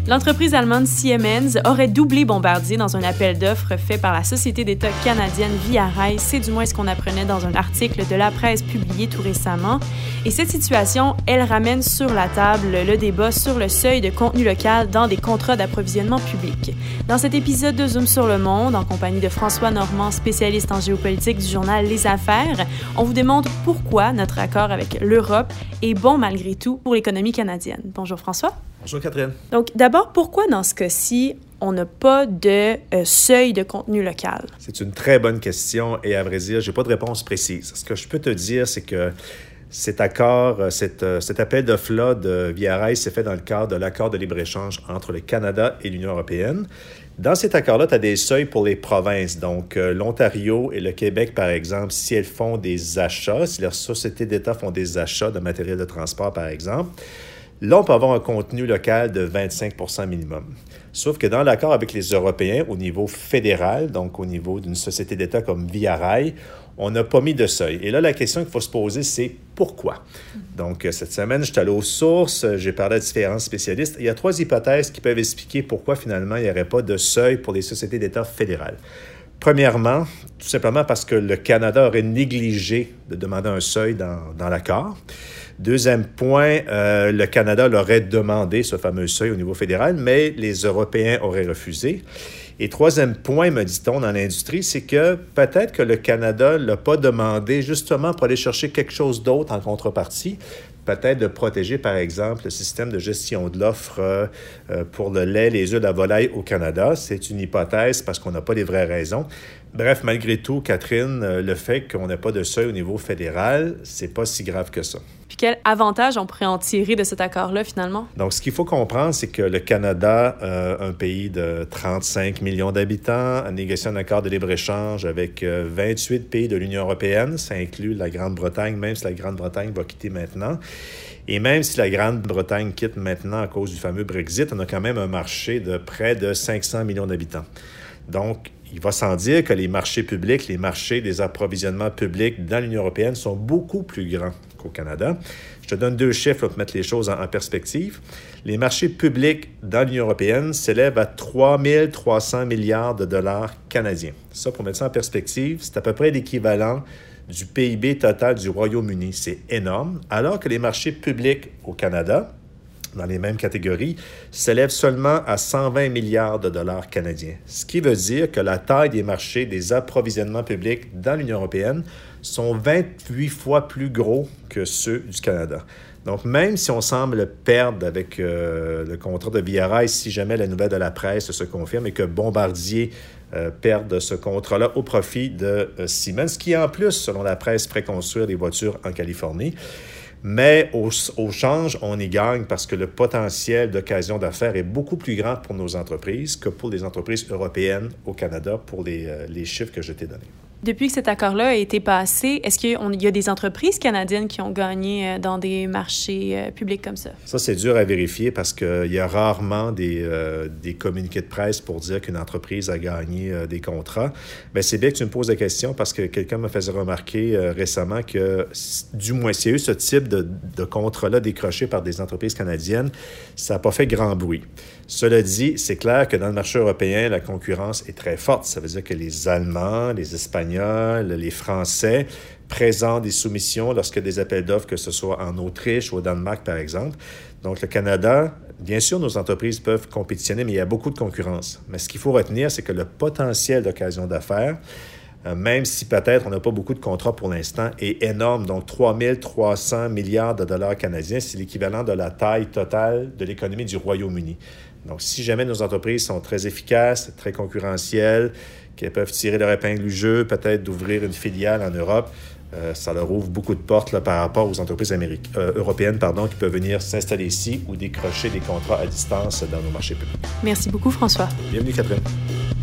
L'entreprise allemande Siemens aurait doublé Bombardier dans un appel d'offres fait par la société d'État canadienne Via Rail. C'est du moins ce qu'on apprenait dans un article de la presse publié tout récemment. Et cette situation, elle ramène sur la table le débat sur le seuil de contenu local dans des contrats d'approvisionnement public. Dans cet épisode de Zoom sur le monde, en compagnie de François Normand, spécialiste en géopolitique du journal Les Affaires, on vous démontre pourquoi notre accord avec l'Europe est bon malgré tout pour l'économie canadienne. Bonjour François. Bonjour Catherine. Donc, d'abord, pourquoi dans ce cas-ci, on n'a pas de seuil de contenu local? C'est une très bonne question et à vrai dire, je n'ai pas de réponse précise. Ce que je peux te dire, c'est que cet accord, cet appel d'offres-là de Via Rail s'est fait dans le cadre de l'accord de libre-échange entre le Canada et l'Union européenne. Dans cet accord-là, tu as des seuils pour les provinces. Donc, l'Ontario et le Québec, par exemple, si elles font des achats, si leurs sociétés d'État font des achats de matériel de transport, par exemple, là, on peut avoir un contenu local de 25 % minimum. Sauf que dans l'accord avec les Européens, au niveau fédéral, donc au niveau d'une société d'État comme Via Rail, on n'a pas mis de seuil. Et là, la question qu'il faut se poser, c'est pourquoi? Donc, cette semaine, je suis allé aux sources, j'ai parlé à différents spécialistes. Il y a 3 hypothèses qui peuvent expliquer pourquoi, finalement, il n'y aurait pas de seuil pour les sociétés d'État fédérales. Premièrement, tout simplement parce que le Canada aurait négligé de demander un seuil dans l'accord. Deuxième point, le Canada l'aurait demandé, ce fameux seuil au niveau fédéral, mais les Européens auraient refusé. Et troisième point, me dit-on dans l'industrie, c'est que peut-être que le Canada ne l'a pas demandé justement pour aller chercher quelque chose d'autre en contrepartie, peut-être de protéger, par exemple, le système de gestion de l'offre pour le lait, les œufs, la volaille au Canada. C'est une hypothèse parce qu'on n'a pas les vraies raisons. Bref, malgré tout, Catherine, le fait qu'on n'ait pas de seuil au niveau fédéral, c'est pas si grave que ça. Puis quel avantage on pourrait en tirer de cet accord-là, finalement? Donc, ce qu'il faut comprendre, c'est que le Canada, un pays de 35 millions d'habitants, a négocié un accord de libre-échange avec 28 pays de l'Union européenne. Ça inclut la Grande-Bretagne, même si la Grande-Bretagne va quitter maintenant. Et même si la Grande-Bretagne quitte maintenant à cause du fameux Brexit, on a quand même un marché de près de 500 millions d'habitants. Donc, il va sans dire que les marchés publics, les marchés des approvisionnements publics dans l'Union européenne sont beaucoup plus grands qu'au Canada. Je te donne 2 chiffres pour mettre les choses en perspective. Les marchés publics dans l'Union européenne s'élèvent à 3 300 milliards de dollars canadiens. Ça, pour mettre ça en perspective, c'est à peu près l'équivalent du PIB total du Royaume-Uni. C'est énorme. Alors que les marchés publics au Canada, dans les mêmes catégories, s'élève seulement à 120 milliards de dollars canadiens. Ce qui veut dire que la taille des marchés des approvisionnements publics dans l'Union européenne sont 28 fois plus gros que ceux du Canada. Donc, même si on semble perdre avec le contrat de Via Rail, si jamais la nouvelle de la presse se confirme et que Bombardier perde ce contrat-là au profit de Siemens, qui en plus, selon la presse, ferait construire des voitures en Californie. Mais au change, on y gagne parce que le potentiel d'occasion d'affaires est beaucoup plus grand pour nos entreprises que pour les entreprises européennes au Canada pour les chiffres que je t'ai donnés. Depuis que cet accord-là a été passé, est-ce qu'il y a des entreprises canadiennes qui ont gagné dans des marchés publics comme ça? Ça, c'est dur à vérifier parce qu'il y a rarement des communiqués de presse pour dire qu'une entreprise a gagné des contrats. Mais c'est bien que tu me poses la question parce que quelqu'un me faisait remarquer récemment que, du moins, s'il y a eu ce type de contrat-là décroché par des entreprises canadiennes, ça n'a pas fait grand bruit. Cela dit, c'est clair que dans le marché européen, la concurrence est très forte. Ça veut dire que les Allemands, les Espagnols, les Français présentent des soumissions lorsqu'il y a des appels d'offres, que ce soit en Autriche ou au Danemark, par exemple. Donc, le Canada, bien sûr, nos entreprises peuvent compétitionner, mais il y a beaucoup de concurrence. Mais ce qu'il faut retenir, c'est que le potentiel d'occasion d'affaires, même si peut-être on n'a pas beaucoup de contrats pour l'instant, est énorme. Donc, 3 300 milliards de dollars canadiens, c'est l'équivalent de la taille totale de l'économie du Royaume-Uni. Donc, si jamais nos entreprises sont très efficaces, très concurrentielles, qu'elles peuvent tirer leur épingle du jeu, peut-être d'ouvrir une filiale en Europe, ça leur ouvre beaucoup de portes là, par rapport aux entreprises européennes qui peuvent venir s'installer ici ou décrocher des contrats à distance dans nos marchés publics. Merci beaucoup, François. Bienvenue, Catherine.